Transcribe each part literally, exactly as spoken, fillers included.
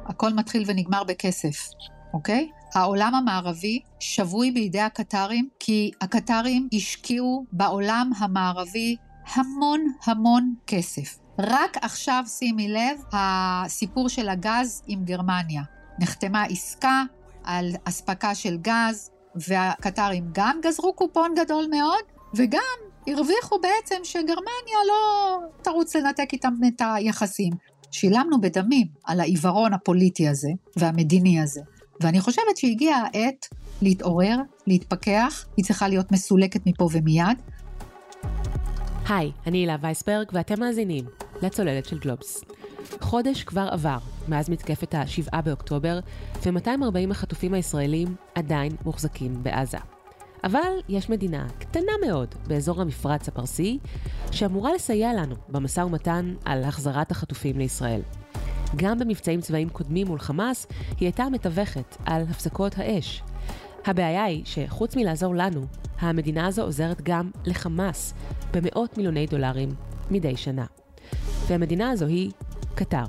הכל מתחיל ונגמר בכסף, אוקיי? העולם המערבי שבוי בידי הקטרים, כי הקטרים השקיעו בעולם המערבי המון המון כסף. רק עכשיו שימי לב, הסיפור של הגז עם גרמניה. נחתמה עסקה על אספקה של גז, והקטרים גם גזרו קופון גדול מאוד, וגם הרוויחו בעצם שגרמניה לא תרוץ לנתק איתם את היחסים. שילמנו בדמים על העיוורון הפוליטי הזה והמדיני הזה. ואני חושבת שהגיעה העת להתעורר, להתפכח, היא צריכה להיות מסולקת מפה ומיד. היי, אני הילה וייסברג ואתם מאזינים לצוללת של גלובס. חודש כבר עבר מאז מתקפת השבעה באוקטובר, ו-מאתיים וארבעים החטופים הישראלים עדיין מוחזקים בעזה. אבל יש מדינה קטנה מאוד באזור המפרץ הפרסי, שאמורה לסייע לנו במשא ומתן על החזרת החטופים לישראל. גם במבצעים צבאיים קודמים מול חמאס, היא הייתה מתווכת על הפסקות האש. הבעיה היא שחוץ מלעזור לנו, המדינה הזו עוזרת גם לחמאס במאות מיליוני דולרים מדי שנה. והמדינה הזו היא קטר.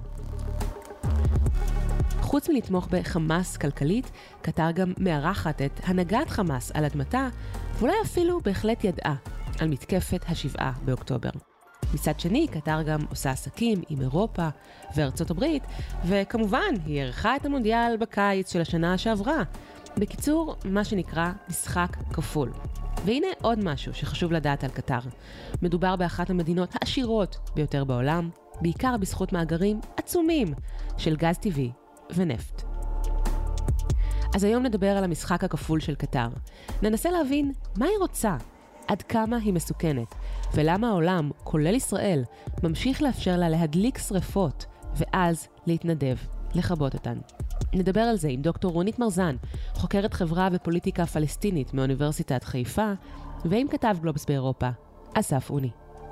חוץ מלתמוך בחמאס כלכלית, קטר גם מארחת את הנהגת חמאס על אדמתה, ואולי אפילו בהחלט ידעה על מתקפת השבעה באוקטובר. מצד שני, קטר גם עושה עסקים עם אירופה וארצות הברית, וכמובן, היא ערכה את המונדיאל בקיץ של השנה שעברה. בקיצור, מה שנקרא משחק כפול. והנה עוד משהו שחשוב לדעת על קטר. מדובר באחת המדינות העשירות ביותר בעולם, בעיקר בזכות מאגרים עצומים של גז טבעי ונפט. אז היום נדבר על המשחק הכפול של קטר. ננסה להבין מה היא רוצה, עד כמה היא מסוכנת, ולמה העולם, כולל ישראל, ממשיך לאפשר לה להדליק שריפות, ואז להתנדב, לחבות אותן. נדבר על זה עם דוקטור רונית מרזן, חוקרת חברה ופוליטיקה פלסטינית מאוניברסיטת חיפה, ועם כתב גלובס באירופה, אסף אוני.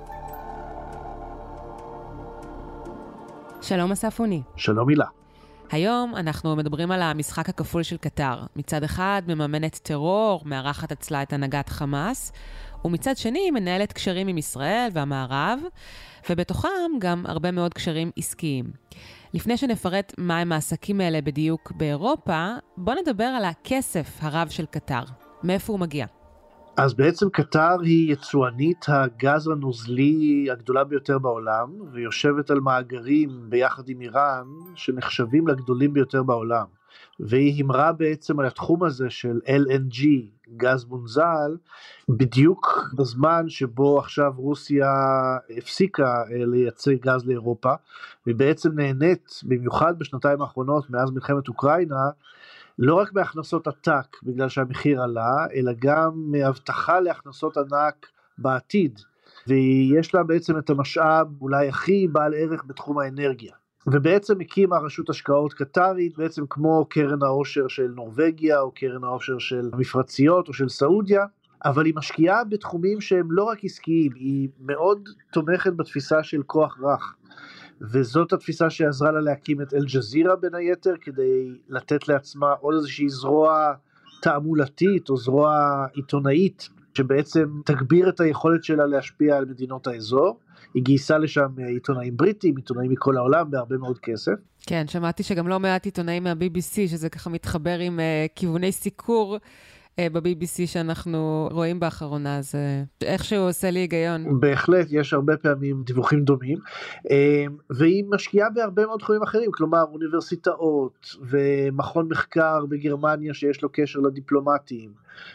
שלום אסף אוני. שלום הילה. היום אנחנו מדברים על המשחק הכפול של קטר. מצד אחד מממנת טרור, מארחת אצלה את הנהגת חמאס, ומצד שני מנהלת קשרים עם ישראל והמערב, ובתוכם גם הרבה מאוד קשרים עסקיים. לפני שנפרט מהם העסקים האלה בדיוק באירופה, בוא נדבר על הכסף הרב של קטר. מאיפה הוא מגיע? אז בעצם קטר היא יצואנית הגז הנוזלי הגדולה ביותר בעולם, ויושבת על מאגרים ביחד עם איראן, שנחשבים לגדולים ביותר בעולם. והיא המרה בעצם על התחום הזה של אל אן ג'י, גז מונזל, בדיוק בזמן שבו עכשיו רוסיה הפסיקה לייצא גז לאירופה, והיא בעצם נהנית, במיוחד בשנתיים האחרונות, מאז מלחמת אוקראינה, לא רק בהכנסות עתק בגלל שהמחיר עלה, אלא גם מהבטחה להכנסות ענק בעתיד, ויש לה בעצם את המשאב אולי הכי בעל ערך בתחום האנרגיה. ובעצם הקימה רשות השקעות קטרית, בעצם כמו קרן העושר של נורווגיה, או קרן העושר של המפרציות, או של סעודיה, אבל היא משקיעה בתחומים שהם לא רק עסקיים, היא מאוד תומכת בתפיסה של כוח רך, וזאת התפיסה שעזרה לה להקים את אל-ג'זירה בין היתר, כדי לתת לעצמה עוד איזושהי זרוע תעמולתית, או זרוע עיתונאית, שבעצם תגביר את היכולת שלה להשפיע על מדינות האזור. היא גייסה לשם עיתונאים בריטים, עיתונאים מכל העולם, בהרבה מאוד כסף. כן, שמעתי שגם לא מעט עיתונאים מה-בי בי סי, שזה ככה מתחבר עם uh, כיווני סיקור uh, ב-בי בי סי שאנחנו רואים באחרונה, אז uh, איכשהו עושה לי היגיון. בהחלט, יש הרבה פעמים דיווחים דומים, uh, והיא משקיעה בהרבה מאוד תחומים אחרים, כלומר אוניברסיטאות ומכון מחקר בגרמניה שיש לו קשר לדיפלומטים,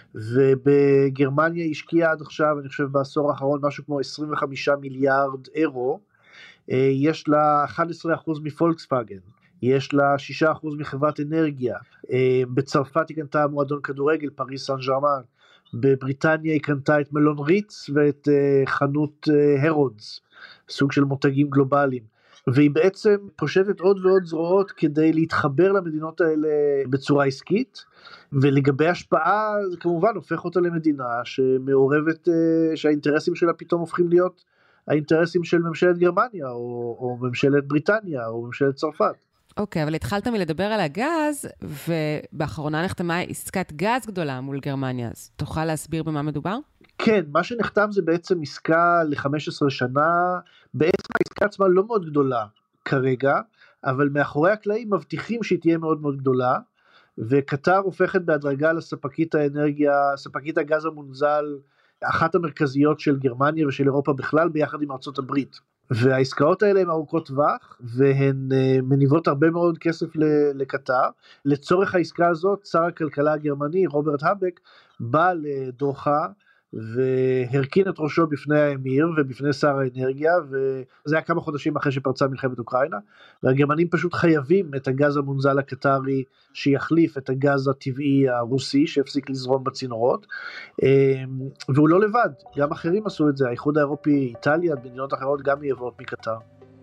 ובגרמניה השקיעה עד עכשיו, אני חושב בעשור האחרון, משהו כמו עשרים וחמישה מיליארד אירו, יש לה אחד עשר אחוז מפולקסווגן, יש לה שישה אחוז מחברת אנרגיה, בצרפת היא קנתה מועדון כדורגל, פריס סן ז'רמן, בבריטניה היא קנתה את מלון ריץ ואת חנות הרודס, סוג של מותגים גלובליים, והיא בעצם פושטת עוד ועוד זרועות כדי להתחבר למדינות האלה בצורה עסקית, ולגבי השפעה זה כמובן הופך אותה למדינה שמעורבת, שהאינטרסים שלה פתאום הופכים להיות האינטרסים של ממשלת גרמניה, או, או ממשלת בריטניה, או ממשלת צרפת. אוקיי, okay, אבל התחלת מלדבר על הגז, ובאחרונה נחתמה עסקת גז גדולה מול גרמניה, אז תוכל להסביר במה מדובר? כן, מה שנחתם זה בעצם עסקה ל-חמש עשרה שנה, בעצם העסקה עצמה לא מאוד גדולה כרגע, אבל מאחורי הקלעים מבטיחים שהיא תהיה מאוד מאוד גדולה, וקטר הופכת בהדרגה לספקית האנרגיה, ספקית הגז המונזל, אחת המרכזיות של גרמניה ושל אירופה בכלל, ביחד עם ארצות הברית. והעסקאות האלה הן ארוכות טווח, והן מניבות הרבה מאוד כסף לקטר. לצורך העסקה הזאת, שר הכלכלה הגרמני, רוברט האבק, בא לדוחה, והרכין את ראשו בפני האמיר ובפני שר האנרגיה, וזה היה כמה חודשים אחרי שפרצה מלחמת אוקראינה, והגרמנים פשוט חייבים את הגז המונזל הקטרי שיחליף את הגז הטבעי הרוסי שהפסיק לזרום בצינורות, והוא לא לבד, גם אחרים עשו את זה, האיחוד האירופי, איטליה, מדינות אחרות גם מייבאות מקטר.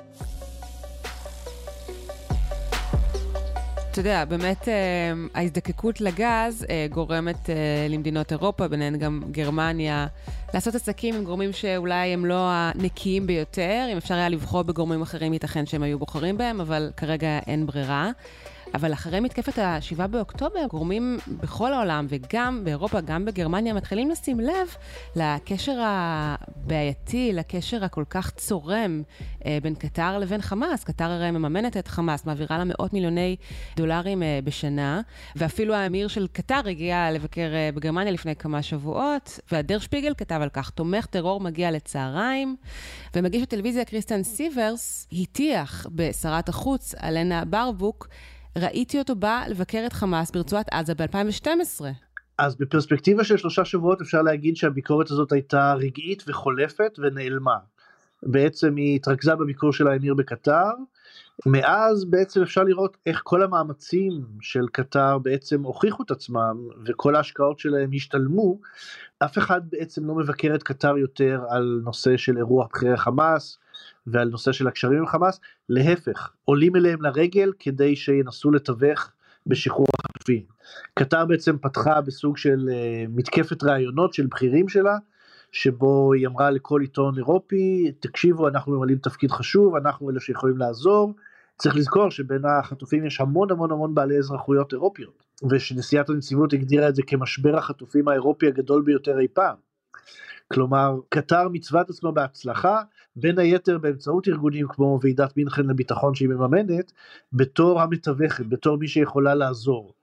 אתה יודע, באמת ההזדקקות לגז גורמת למדינות אירופה, ביניהן גם גרמניה, לעשות עסקים עם גורמים שאולי הם לא הנקיים ביותר, אם אפשר היה לבחור בגורמים אחרים, ייתכן שהם היו בוחרים בהם, אבל כרגע אין ברירה. אבל אחרי מתקפת השבעה באוקטובר, גורמים בכל העולם וגם באירופה, גם בגרמניה, מתחילים לשים לב לקשר הבעייתי, לקשר הכל כך צורם אה, בין קטר לבין חמאס. קטר הרי מממנת את חמאס, מעבירה לה מאות מיליוני דולרים אה, בשנה, ואפילו האמיר של קטר הגיע לבקר אה, בגרמניה לפני כמה שבועות, והדר שפיגל כתב על כך, תומך טרור מגיע לצהריים, ומגיש הטלוויזיה קריסטיאן סיברס הטיח בשרת החוץ, אלנה ברבוק, ראיתי אותו בא לבקר את חמאס ברצועת עזה ב-אלפיים ושתים עשרה. אז בפרספקטיבה של שלושה שבועות אפשר להגיד שהביקורת הזאת הייתה רגעית וחולפת ונעלמה. בעצם היא התרכזה בביקור של האמיר בקטר, מאז בעצם אפשר לראות איך כל המאמצים של קטר בעצם הוכיחו את עצמם, וכל ההשקעות שלהם השתלמו. אף אחד בעצם לא מבקר את קטר יותר על נושא של אירוע בחירי חמאס, ועל נושא של הקשרים עם חמאס, להפך, עולים אליהם לרגל כדי שינסו לתווך בשחרור החטופים. קטר בעצם פתחה בסוג של uh, מתקפת רעיונות של בכירים שלה, שבו היא אמרה לכל עיתון אירופי, תקשיבו, אנחנו ממלאים תפקיד חשוב, אנחנו אלה שיכולים לעזור. צריך לזכור שבין החטופים יש המון המון המון בעלי אזרחויות אירופיות, ושנשיאת הנציבות הגדירה את זה כמשבר החטופים האירופי הגדול ביותר אי פעם. כלומר, קטר מצוות עצמה בהצלחה, בין היתר באמצעות ארגונים כמו ועידת מינכן לביטחון שהיא מממנת, בתור המתווכת, בתור מי שיכולה לעזור.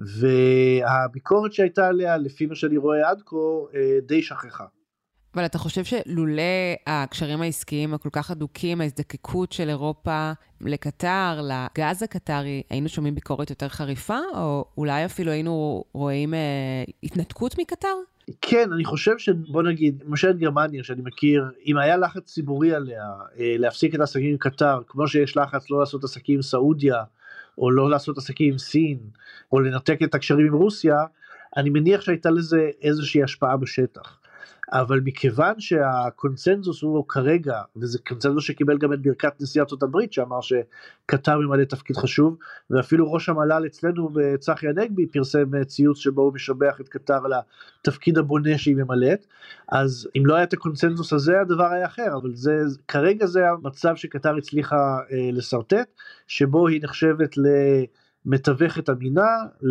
והביקורת שהייתה עליה, לפי מה שאני רואה עד כה, די שכחה. אבל אתה חושב שלולא הקשרים העסקיים הכל כך אדוקים, ההזדקקות של אירופה לקטר, לגז הקטרי, היינו שומעים ביקורת יותר חריפה, או אולי אפילו היינו רואים אה, התנתקות מקטר? כן, אני חושב שבוא נגיד, ממשלת גרמניה שאני מכיר, אם היה לחץ ציבורי עליה אה, להפסיק את העסקים עם קטר, כמו שיש לחץ לא לעשות עסקים עם סעודיה, או לא לעשות עסקים עם סין, או לנתק את הקשרים עם רוסיה, אני מניח שהייתה לזה איזושהי השפעה בשטח. אבל מכיוון שהקונצנזוס הוא כרגע, וזה קונצנזוס שקיבל גם את ברכת נשיא ארצות הברית, שאמר שקטר ממלא תפקיד חשוב, ואפילו ראש המל"ל אצלנו בצחי הנגבי פרסם ציוץ שבו הוא משבח את קטר לתפקיד הבונה שהיא ממלאת, אז אם לא היה את הקונצנזוס הזה, הדבר היה אחר, אבל זה, כרגע זה המצב שקטר הצליחה אה, לסרטט, שבו היא נחשבת ל... מתווכת אמינה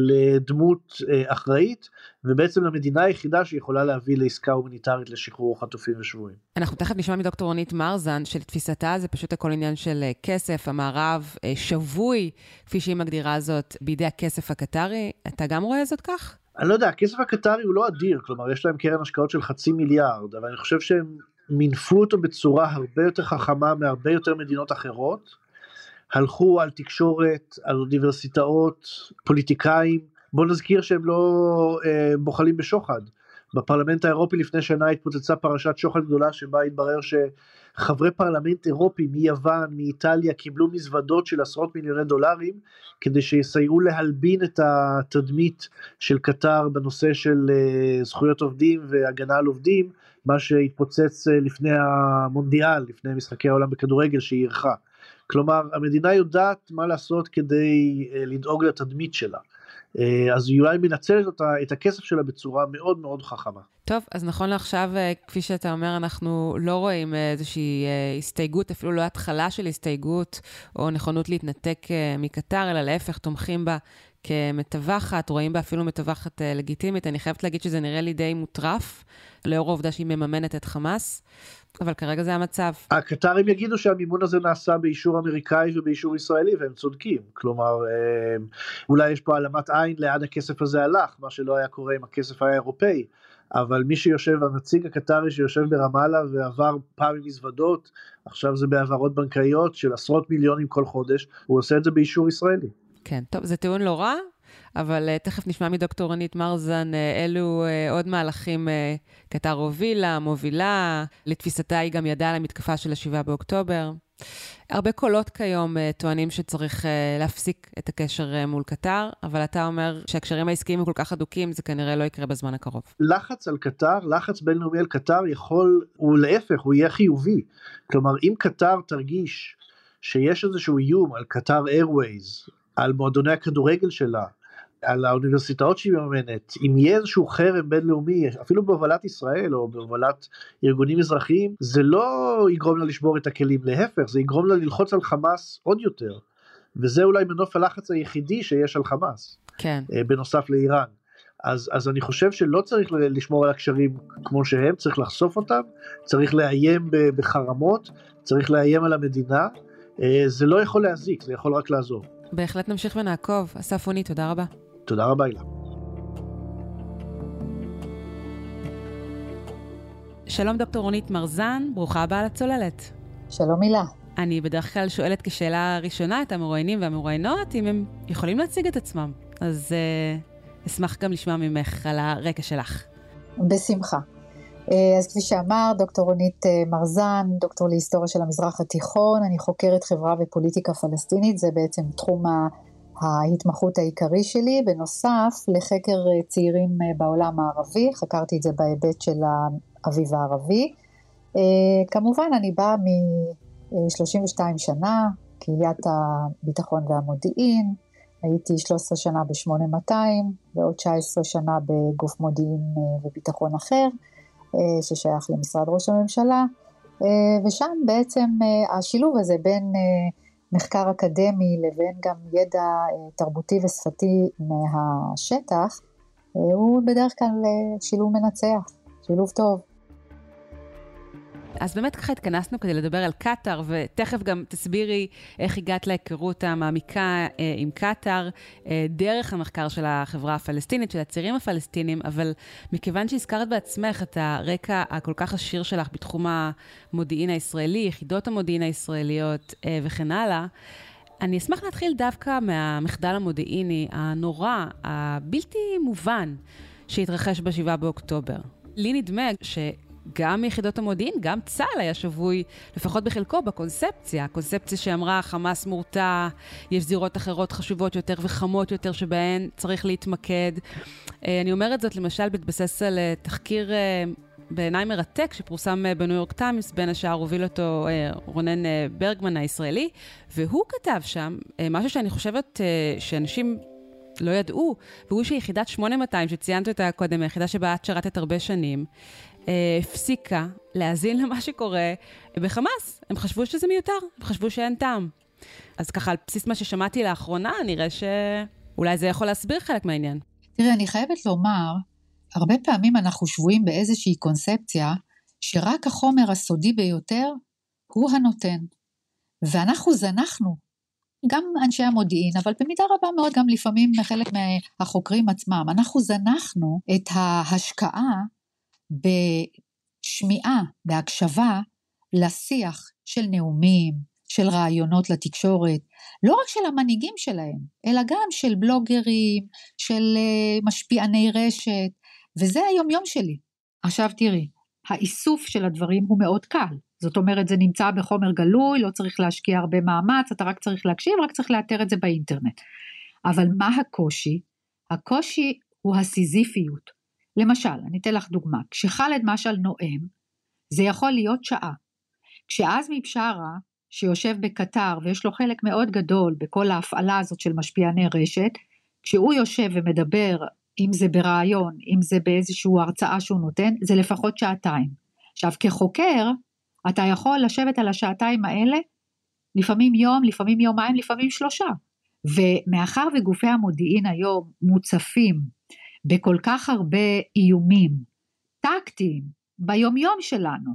לדמות אה, אחראית, ובעצם למדינה היחידה שיכולה להביא לעסקה הומניטרית לשחרור חטופים ושבויים. אנחנו תכף נשמע מדוקטור רונית מרזן, שלתפיסתה זה פשוט הכל עניין של כסף, המערב אה, שבוי, כפי שהיא מגדירה זאת, בידי הכסף הקטרי. אתה גם רואה זאת כך? אני לא יודע, הכסף הקטרי הוא לא אדיר, כלומר יש להם קרן השקעות של חצי מיליארד, אבל אני חושב שהם מינפו אותו בצורה הרבה יותר חכמה מהרבה יותר מדינות אחרות, הלכו על תקשורת, על אוניברסיטאות, פוליטיקאים, בוא נזכיר שהם לא אה, בוחלים בשוחד. בפרלמנט האירופי לפני שנה התפוצצה פרשת שוחד גדולה, שבה התברר שחברי פרלמנט אירופי מיוון, מאיטליה, קיבלו מזוודות של עשרות מיליוני דולרים, כדי שיסייעו להלבין את התדמית של קטר בנושא של אה, זכויות עובדים והגנה על עובדים, מה שהתפוצץ אה, לפני המונדיאל, לפני משחקי העולם בכדורגל שהיא ערכה. כלומר, המדינה יודעת מה לעשות כדי uh, לדאוג לתדמית שלה. Uh, אז היא אולי מנצלת אותה, את הכסף שלה בצורה מאוד מאוד חכמה. טוב, אז נכון לעכשיו, כפי שאתה אומר, אנחנו לא רואים איזושהי הסתייגות, אפילו לא התחלה של הסתייגות, או נכונות להתנתק מקטר, אלא להפך, תומכים בה כמתווכת, רואים בה אפילו מתווכת לגיטימית. אני חייבת להגיד שזה נראה לי די מוטרף, לאור העובדה שהיא מממנת את חמאס. אבל כרגע זה המצב. הקטרים יגידו שהמימון הזה נעשה באישור אמריקאי ובאישור ישראלי, והם צודקים. כלומר, אולי יש פה העלמת עין לאן הכסף הזה הלך, מה שלא היה קורה עם הכסף האירופאי, אבל מי שיושב, הנציג הקטרי שיושב ברמאללה ועבר פעם עם מזוודות, עכשיו זה בעברות בנקאיות של עשרות מיליונים כל חודש, הוא עושה את זה באישור ישראלי. כן, טוב, זה טיעון לא רע, אבל uh, תכף נשמע מדוקטור רונית מרזן, uh, אלו uh, עוד מהלכים uh, קטר הובילה, מובילה, לתפיסתה היא גם ידעה על המתקפה של השבעה באוקטובר. הרבה קולות כיום uh, טוענים שצריך uh, להפסיק את הקשר uh, מול קטר, אבל אתה אומר שהקשרים העסקיים הם כל כך אדוקים, זה כנראה לא יקרה בזמן הקרוב. לחץ על קטר, לחץ בינלאומי על קטר יכול, הוא להפך, הוא יהיה חיובי. כלומר, אם קטר תרגיש שיש איזשהו איום על קטר איירווייז, על מועדוני הכדורגל שלה, על האוניברסיטאות שהיא מממנת, אם יהיה איזשהו חרם בינלאומי, אפילו בהובלת ישראל או בהובלת ארגונים אזרחיים, זה לא יגרום לה לשבור את הכלים, להפך, זה יגרום לה ללחוץ על חמאס עוד יותר, וזה אולי מנוף הלחץ היחידי שיש על חמאס, כן. בנוסף לאיראן. אז, אז אני חושב שלא צריך לשמור על הקשרים כמו שהם, צריך לחשוף אותם, צריך לאיים בחרמות, צריך לאיים על המדינה, זה לא יכול להזיק, זה יכול רק לעזור. בהחלט נמשיך ונעקוב. אסף אוני, תודה רבה. תודה רבה, אילה. שלום דוקטור רונית מרזן, ברוכה הבאה לצוללת. שלום אילה. אני בדרך כלל שואלת כשאלה ראשונה את המרואיינים והמרואיינות, אם הם יכולים להציג את עצמם. אז uh, אשמח גם לשמוע ממך על הרקע שלך. בשמחה. אז כפי שאמר, דוקטור רונית מרזן, דוקטור להיסטוריה של המזרח התיכון, אני חוקרת חברה ופוליטיקה פלסטינית, זה בעצם תחום ההתמחות העיקרי שלי, בנוסף לחקר צעירים בעולם הערבי, חקרתי את זה בהיבט של האביב הערבי. כמובן אני באה מ-שלושים ושתיים שנה, קהיליית הביטחון והמודיעין, הייתי שלוש עשרה שנה ב-שמונה מאתיים, ועוד תשע עשרה שנה בגוף מודיעין וביטחון אחר, ששייך למשרד ראש הממשלה, ושם בעצם השילוב הזה בין מחקר אקדמי לבין גם ידע תרבותי ושפתי מהשטח, הוא בדרך כלל שילוב מנצח, שילוב טוב. אז באמת ככה התכנסנו כדי לדבר על קטר, ותכף גם תסבירי איך הגעת להיכרות המעמיקה אה, עם קטר, אה, דרך המחקר של החברה הפלסטינית, של הצעירים הפלסטינים, אבל מכיוון שהזכרת בעצמך את הרקע הכל כך עשיר שלך בתחום המודיעין הישראלי, יחידות המודיעין הישראליות אה, וכן הלאה, אני אשמח להתחיל דווקא מהמחדל המודיעיני הנורא, הבלתי מובן, שהתרחש בשבעה באוקטובר. לי נדמה ש... גם יחידות המודיעין, גם צה"ל היה שבוי, לפחות בחלקו, בקונספציה. הקונספציה שאמרה, חמאס מורתע, יש זירות אחרות חשובות יותר וחמות יותר שבהן צריך להתמקד. אני אומרת זאת, למשל, בהתבסס על תחקיר בעיניי מרתק, שפורסם בניו יורק טיימס, בין השאר הוביל אותו רונן ברגמן הישראלי, והוא כתב שם משהו שאני חושבת שאנשים לא ידעו, והוא שיחידת שמונה מאתיים, שציינת אותה קודם, היחידה שבה את שרתת הרבה שנים, הפסיקה להאזין למה שקורה בחמאס. הם חשבו שזה מיותר, הם חשבו שאין טעם. אז ככה, על בסיס מה ששמעתי לאחרונה, נראה שאולי זה יכול להסביר חלק מהעניין. תראה, אני חייבת לומר, הרבה פעמים אנחנו שבויים באיזושהי קונספציה, שרק החומר הסודי ביותר הוא הנותן. ואנחנו זנחנו, גם אנשי המודיעין, אבל במידה רבה מאוד גם לפעמים חלק מהחוקרים עצמם, אנחנו זנחנו את ההשקעה בשמיעה, בהקשבה לשיח של נאומים, של רעיונות לתקשורת, לא רק של המנהיגים שלהם, אלא גם של בלוגרים, של משפיעני רשת, וזה היומיום שלי. עכשיו תראי, האיסוף של הדברים הוא מאוד קל, זאת אומרת זה נמצא בחומר גלוי, לא צריך להשקיע הרבה מאמץ, אתה רק צריך להקשיב, רק צריך לאתר את זה באינטרנט. אבל מה הקושי? הקושי הוא הסיזיפיות. למשל, אני אתן לך דוגמה, כשחלד משל נואם, זה יכול להיות שעה. כשעזמי בשארה, שיושב בקטר, ויש לו חלק מאוד גדול בכל ההפעלה הזאת של משפיעני רשת, כשהוא יושב ומדבר, אם זה ברעיון, אם זה באיזושהי הרצאה שהוא נותן, זה לפחות שעתיים. עכשיו, כחוקר, אתה יכול לשבת על השעתיים האלה, לפעמים יום, לפעמים יומיים, לפעמים שלושה. ומאחר וגופי המודיעין היום מוצפים, בכל כך הרבה איומים, טקטיים, ביומיום שלנו,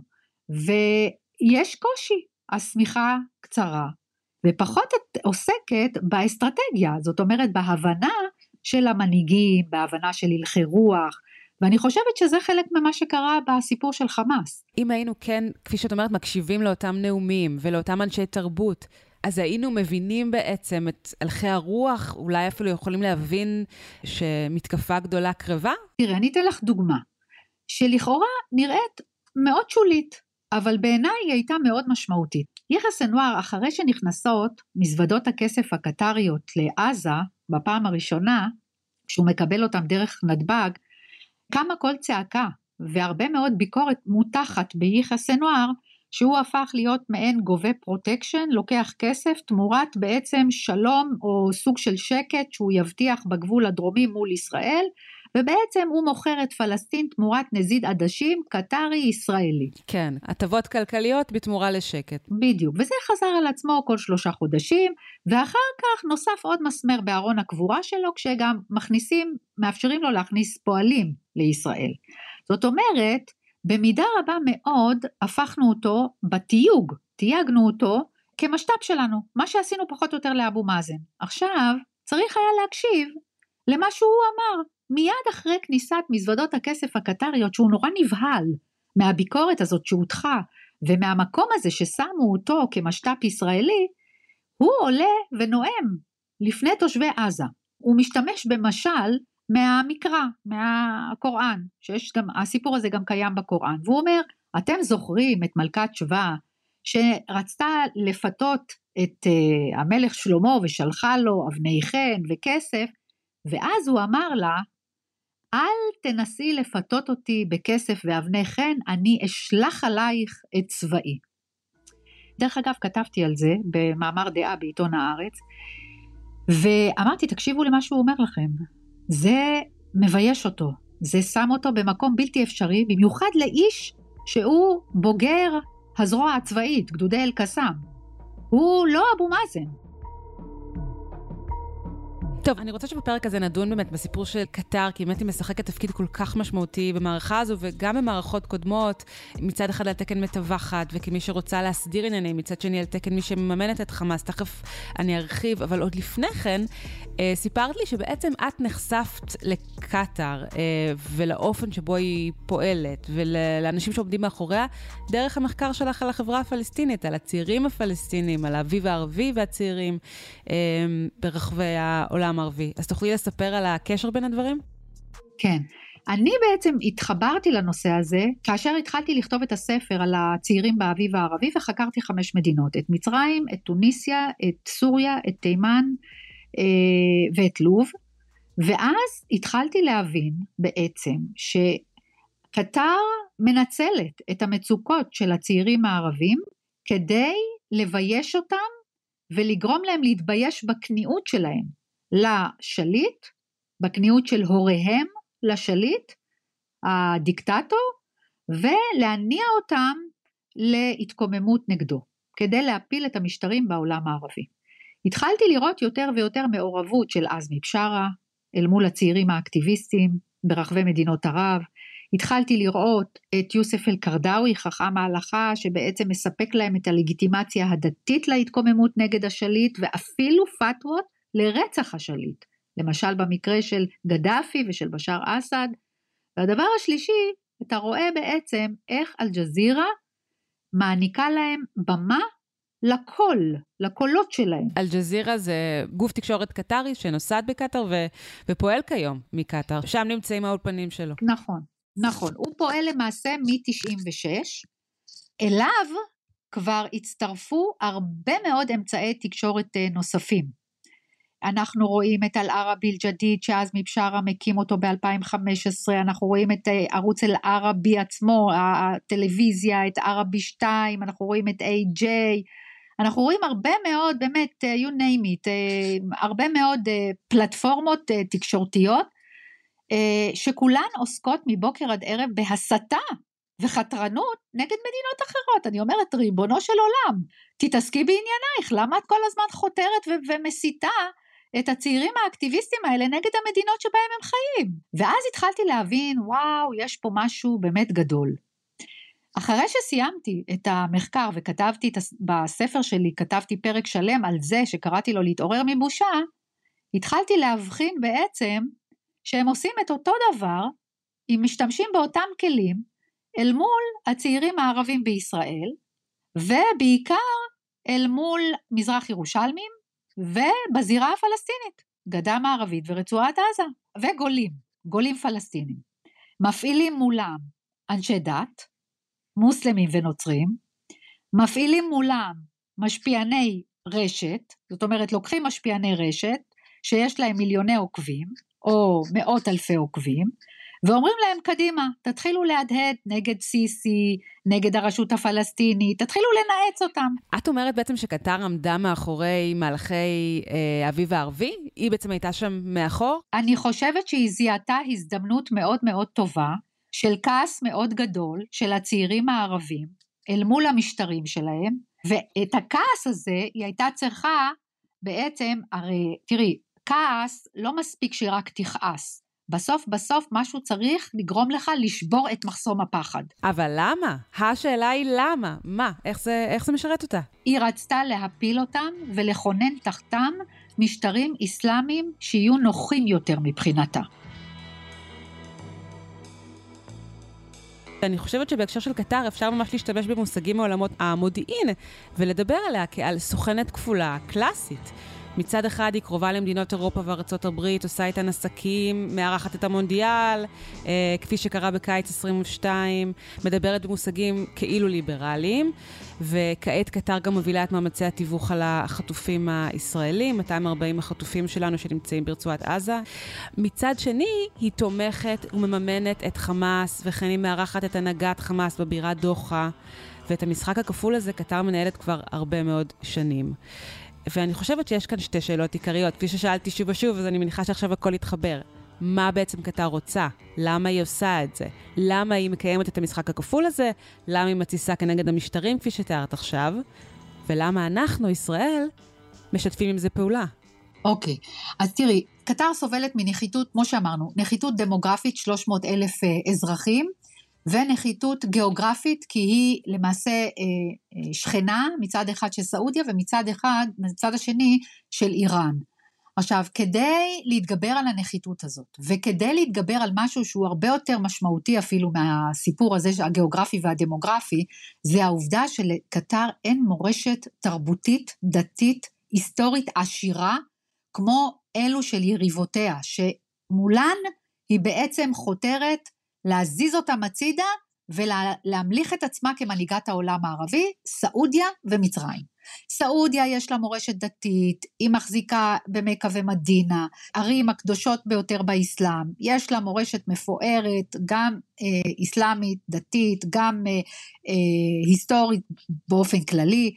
ויש קושי, השמיכה קצרה, ופחות עוסקת באסטרטגיה, זאת אומרת בהבנה של המנהיגים, בהבנה של הלכי רוח, ואני חושבת שזה חלק ממה שקרה בסיפור של חמאס. אם היינו כן, כפי שאת אומרת, מקשיבים לאותם נאומים ולאותם אנשי תרבות, אז היינו מבינים בעצם את הלכי הרוח, אולי אפילו יכולים להבין שמתקפה גדולה קרבה? תראה, אני אתן לך דוגמה, שלכאורה נראית מאוד שולית, אבל בעיניי היא הייתה מאוד משמעותית. יחיא סנואר, אחרי שנכנסות מזוודות הכסף הקטריות לעזה, בפעם הראשונה, כשהוא מקבל אותם דרך נתב"ג, קמה כל צעקה, והרבה מאוד ביקורת מותחת ביחיא סנואר, שהוא הפך להיות מעין גובה פרוטקשן, לוקח כסף תמורת בעצם שלום או סוג של שקט שהוא יבטיח בגבול הדרומי מול ישראל, ובעצם הוא מוכר את פלסטין תמורת נזיד עדשים קטרי ישראלי. כן, הטבות כלכליות בתמורה לשקט. בדיוק, וזה חזר על עצמו כל שלושה חודשים, ואחר כך נוסף עוד מסמר בארון הקבורה שלו, כשגם מכניסים, מאפשרים לו להכניס פועלים לישראל. זאת אומרת, במידה רבה מאוד הפכנו אותו בתיוג, תייגנו אותו כמשת"פ שלנו, מה שעשינו פחות או יותר לאבו מאזן. עכשיו צריך היה להקשיב למה שהוא אמר, מיד אחרי כניסת מזוודות הכסף הקטריות, שהוא נורא נבהל מהביקורת הזאת שהותחה, ומהמקום הזה ששמו אותו כמשת"פ ישראלי, הוא עולה ונואם לפני תושבי עזה. הוא משתמש במשל מהמקרא, מהקוראן, שיש גם, הסיפור הזה גם קיים בקוראן, והוא אומר, אתם זוכרים את מלכת שבא, שרצתה לפתות את uh, המלך שלמה, ושלחה לו אבני חן וכסף, ואז הוא אמר לה, אל תנסי לפתות אותי בכסף ואבני חן, אני אשלח עלייך את צבאי. דרך אגב, כתבתי על זה במאמר דעה בעיתון הארץ, ואמרתי, תקשיבו למה שהוא אומר לכם, זה מבייש אותו, זה שם אותו במקום בלתי אפשרי, במיוחד לאיש שהוא בוגר הזרוע הצבאית, גדודי אל-קסאם. הוא לא אבו מאזן. טוב, אני רוצה שבפרק הזה נדון באמת בסיפור של קטר, כי באמת היא משחקת תפקיד כל כך משמעותי במערכה הזו, וגם במערכות קודמות, מצד אחד על תקן מטווחת, וכמי שרוצה להסדיר עניינים, מצד שני על תקן מי שמממנת את חמאס, תכף אני ארחיב, אבל עוד לפני כן, אה, סיפרת לי שבעצם את נחשפת לקטר, אה, ולאופן שבו היא פועלת, ולאנשים שעומדים מאחוריה, דרך המחקר שלך על החברה הפלסטינית, על הצעירים הפלסטינים, על האביב הערבי והצעירים, אה, ברחבי העולם ערבי. אז תוכלי לספר על הקשר בין הדברים? כן. אני בעצם התחברתי לנושא הזה, כאשר התחלתי לכתוב את הספר על הצעירים באביב הערבי, וחקרתי חמש מדינות, את מצרים, את טוניסיה, את סוריה, את תימן אה, ואת לוב, ואז התחלתי להבין בעצם שקטר מנצלת את המצוקות של הצעירים הערבים, כדי לבייש אותם, ולגרום להם להתבייש בכניעות שלהם, לשליט, בכניעות של הוריהם לשליט, הדיקטטור, ולהניע אותם להתקוממות נגדו, כדי להפיל את המשטרים בעולם הערבי. התחלתי לראות יותר ויותר מעורבות של עזמי בשארה, אל מול הצעירים האקטיביסטים, ברחבי מדינות ערב, התחלתי לראות את יוסף אל-קרדאווי, חכם ההלכה, שבעצם מספק להם את הלגיטימציה הדתית להתקוממות נגד השליט, ואפילו פתוות לרצח השליט, למשל במקרה של גדאפי ושל בשאר אסד. והדבר השלישי, אתה רואה בעצם איך אל-ג'זירה מעניקה להם במה לקול, לקולות שלהם. אל-ג'זירה זה גוף תקשורת קטרי שנוסד בקטר ו... ופועל כיום מקטר, שם נמצאים האולפנים שלו. נכון, נכון. הוא פועל למעשה מ-תשעים ושש, אליו כבר הצטרפו הרבה מאוד אמצעי תקשורת נוספים. אנחנו רואים את אל-ערבי אל-ג'דיד, שעזמי בשארה מקים אותו ב-אלפיים וחמש עשרה, אנחנו רואים את ערוץ אל-ערבי עצמו, הטלוויזיה, את ערבי שתיים, אנחנו רואים את איי ג'יי, אנחנו רואים הרבה מאוד, באמת, you name it, הרבה מאוד פלטפורמות תקשורתיות, שכולן עוסקות מבוקר עד ערב בהסתה וחתרנות נגד מדינות אחרות. אני אומרת, ריבונו של עולם, תתעסקי בעניינייך, למה את כל הזמן חותרת ו- ומסיתה את הצעירים האקטיביסטים האלה נגד המדינות שבהם הם חיים? ואז התחלתי להבין, וואו, יש פה משהו באמת גדול. אחרי שסיימתי את המחקר וכתבתי בספר שלי, כתבתי פרק שלם על זה שקראתי לו להתעורר מבושה, התחלתי להבחין בעצם שהם עושים את אותו דבר, אם משתמשים באותם כלים, אל מול הצעירים הערבים בישראל, ובעיקר אל מול מזרח ירושלמים, ובזירה הפלסטינית, גדה מערבית ורצועת עזה, וגולים, גולים פלסטינים. מפעילים מולם אנשי דת, מוסלמים ונוצרים, מפעילים מולם משפיעני רשת, זאת אומרת לוקחים משפיעני רשת, שיש להם מיליוני עוקבים, או מאות אלפי עוקבים, ואומרים להם קדימה, תתחילו להדהד נגד סיסי, נגד הרשות הפלסטינית, תתחילו לנעץ אותם. את אומרת בעצם שקטר עמדה מאחורי מהלכי אה, אביב הערבי? היא בעצם הייתה שם מאחור? אני חושבת שהיא זיהתה הזדמנות מאוד מאוד טובה, של כעס מאוד גדול של הצעירים הערבים, אל מול המשטרים שלהם, ואת הכעס הזה היא הייתה צריכה בעצם, הרי תראי, כעס לא מספיק שרק תכעס, בסוף בסוף משהו צריך לגרום לך לשבור את מחסום הפחד. אבל למה? השאלה היא למה? מה? איך זה, איך זה משרת אותה? היא רצתה להפיל אותם ולכונן תחתם משטרים אסלאמיים שיהיו נוחים יותר מבחינתה. אני חושבת שבהקשר של קטר אפשר ממש להשתמש במושגים מעולמות המודיעין ולדבר עליה כעל סוכנת כפולה קלאסית. מצד אחד היא קרובה למדינות אירופה וארצות הברית, עושה איתן עסקים, מארחת את המונדיאל, אה, כפי שקרה בקיץ עשרים ושתיים, מדברת במושגים כאילו ליברליים, וכעת קטר גם מובילה את מאמצי התיווך על החטופים הישראלים, מאתיים וארבעים החטופים שלנו שנמצאים ברצועת עזה. מצד שני, היא תומכת ומממנת את חמאס, וכן היא מארחת את הנהגת חמאס בבירה דוחה, ואת המשחק הכפול הזה קטר מנהלת כבר הרבה מאוד שנים. ואני חושבת שיש כאן שתי שאלות עיקריות. כפי ששאלתי שוב ושוב, אז אני מניחה שעכשיו הכל יתחבר. מה בעצם קטר רוצה? למה היא עושה את זה? למה היא מקיימת את המשחק הכפול הזה? למה היא מציסה כנגד המשטרים, כפי שתיארת עכשיו? ולמה אנחנו, ישראל, משתפים עם זה פעולה? אוקיי, אז תראי, קטר סובלת מנחיתות, כמו שאמרנו, נחיתות דמוגרפית, שלוש מאות אלף אזרחים, ונחיתות גיאוגרפית, כי היא למעשה אה, אה, שכנה מצד אחד של סעודיה, ומצד אחד, מצד השני של איראן. עכשיו, כדי להתגבר על הנחיתות הזאת, וכדי להתגבר על משהו שהוא הרבה יותר משמעותי אפילו מהסיפור הזה, הגיאוגרפי והדמוגרפי, זה העובדה שלקטר אין מורשת תרבותית, דתית, היסטורית עשירה, כמו אלו של יריבותיה, שמולן היא בעצם חותרת, להזיז אותם הצידה, ולהמליך את עצמה כמנהיגת העולם הערבי, סעודיה ומצרים. סעודיה יש לה מורשת דתית, היא מחזיקה במכה ומדינה, ערים הקדושות ביותר באסלאם, יש לה מורשת מפוארת, גם אה, אסלאמית, דתית, גם אה, אה, היסטורית באופן כללי,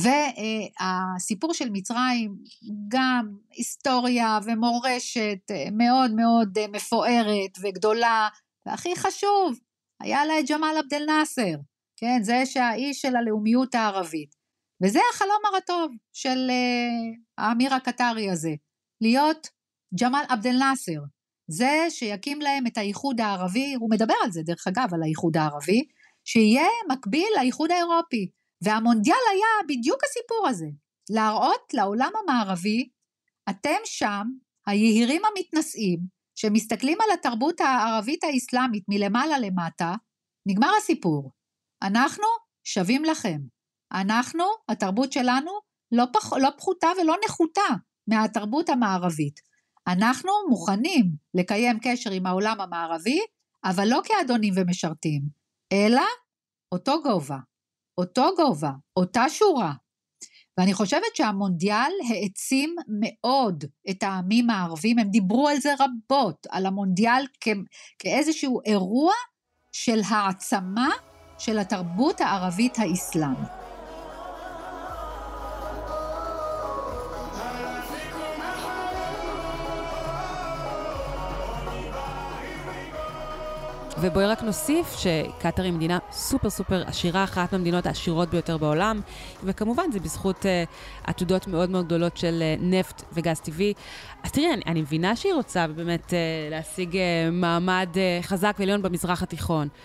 והסיפור של מצרים, גם היסטוריה ומורשת מאוד מאוד מפוארת וגדולה, והכי חשוב, היה לה את ג'מאל עבד אל נאסר, כן, זה שהאיש של הלאומיות הערבית, וזה החלום הרטוב של uh, האמיר הקטרי הזה, להיות ג'מאל עבד אל נאסר, זה שיקים להם את האיחוד הערבי, הוא מדבר על זה דרך אגב, על האיחוד הערבי, שיהיה מקביל לאיחוד האירופי, והמונדיאל היה בדיוק הסיפור הזה, להראות לעולם המערבי, אתם שם, היהירים המתנשאים, שמסתכלים על התרבות הערבית האסלאמית מלמעלה למטה, נגמר הסיפור. אנחנו שווים לכם. אנחנו, התרבות שלנו, לא, פח, לא פחותה ולא נחותה מהתרבות המערבית. אנחנו מוכנים לקיים קשר עם העולם המערבי, אבל לא כאדונים ומשרתים, אלא אותו גובה, אותו גובה, אותה שורה. ואני חושבת שהמונדיאל העצים מאוד את העמים הערבים, הם דיברו על זה רבות, על המונדיאל כ- כאיזשהו אירוע של העצמה של התרבות הערבית האסלאמית. ובואי רק נוסיף שקטר היא מדינה סופר סופר עשירה, אחת מהמדינות העשירות ביותר בעולם, וכמובן זה בזכות uh, עתודות מאוד מאוד גדולות של uh, נפט וגז טבעי. אז תראי, אני, אני מבינה שהיא רוצה באמת uh, להשיג uh, מעמד uh, חזק ועליון במזרח התיכון,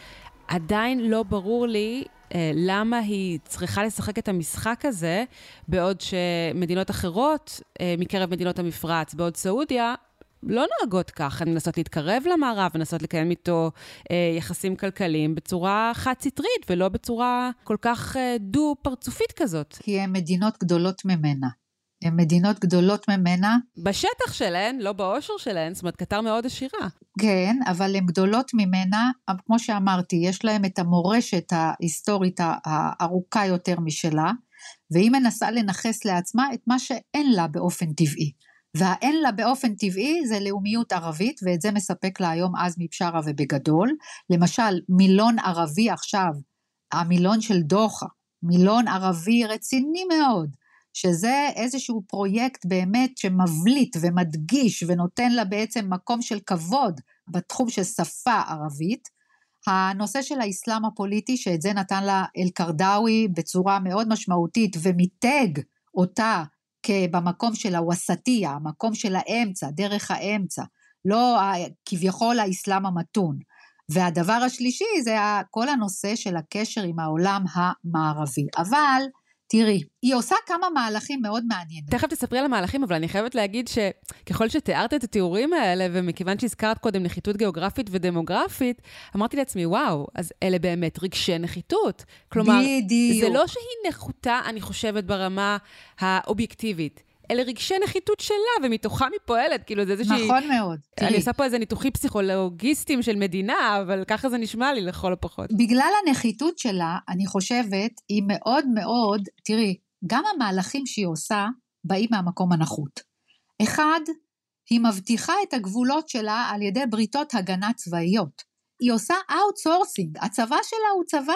עדיין לא ברור לי למה היא צריכה לשחק את המשחק הזה, בעוד שמדינות אחרות מקרב מדינות המפרץ, בעוד סעודיה, לא נוהגות כך, הן מנסות להתקרב למערב, מנסות לקיים איתו אה, יחסים כלכליים בצורה חד-סטרית, ולא בצורה כל כך אה, דו-פרצופית כזאת. כי הן מדינות גדולות ממנה. הן מדינות גדולות ממנה. בשטח שלהן, לא באושר שלהן, זאת אומרת, קטר מאוד עשירה. כן, אבל הן גדולות ממנה, כמו שאמרתי, יש להן את המורשת ההיסטורית הארוכה יותר משלה, והיא מנסה לנחס לעצמה את מה שאין לה באופן טבעי. והאין לה באופן טבעי זה לאומיות ערבית, ואת זה מספק לה היום עזמי בשארה ובגדול. למשל, מילון ערבי עכשיו, המילון של דוחה, מילון ערבי רציני מאוד, שזה איזשהו פרויקט באמת שמבליט ומדגיש ונותן לה בעצם מקום של כבוד בתחום של שפה ערבית. הנושא של האסלאם הפוליטי, שאת זה נתן לה אל-קרדאווי בצורה מאוד משמעותית, ומיתג אותה במקום של הווסטיה, המקום של האמצע, דרך האמצע, לא כביכול האסלאם המתון. והדבר השלישי זה כל הנושא של הקשר עם העולם המערבי. אבל תראי, היא עושה כמה מהלכים מאוד מעניינים. תכף תספרי על המהלכים, אבל אני חייבת להגיד שככל שתיארת את התיאורים האלה, ומכיוון שהזכרת קודם נחיתות גיאוגרפית ודמוגרפית, אמרתי לעצמי, וואו, אז אלה באמת רגשי נחיתות. כלומר, בדיוק. זה לא שהיא נחותה, אני חושבת, ברמה האובייקטיבית. אלה רגשי נחיתות שלה, ומתוכה היא פועלת, כאילו זה איזושהי... נכון מאוד. אני תראי. עושה פה איזה ניתוחים פסיכולוגיסטיים של מדינה, אבל ככה זה נשמע לי לכל הפחות. בגלל הנחיתות שלה, אני חושבת, היא מאוד מאוד, תראי, גם המהלכים שהיא עושה, באים מהמקום הנחות. אחד, היא מבטיחה את הגבולות שלה, על ידי בריתות הגנה צבאיות. היא עושה אאוטסורסינג, הצבא שלה הוא צבא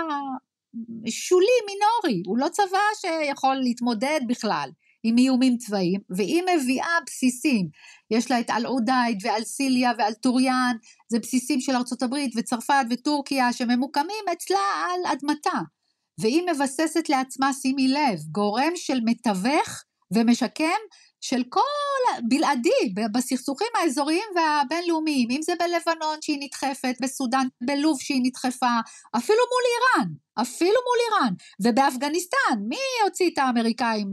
שולי, מינורי, הוא לא צבא שיכול להתמודד בכלל. עם איומים צבאיים, והיא מביאה בסיסים, יש לה את אל-עודאיד ואל-סיליה ואל-טוריאן, זה בסיסים של ארצות הברית וצרפת וטורקיה, שממוקמים אצלה על אדמתה, והיא מבססת לעצמה, שימי לב, גורם של מתווך ומשקם, של כל בלעדי, בסכסוכים האזוריים והבינלאומיים, אם זה בלבנון שהיא נדחפת, בסודן, בלוב שהיא נדחפה, אפילו מול איראן, אפילו מול איראן, ובאפגניסטן, מי הוציא את האמריקאים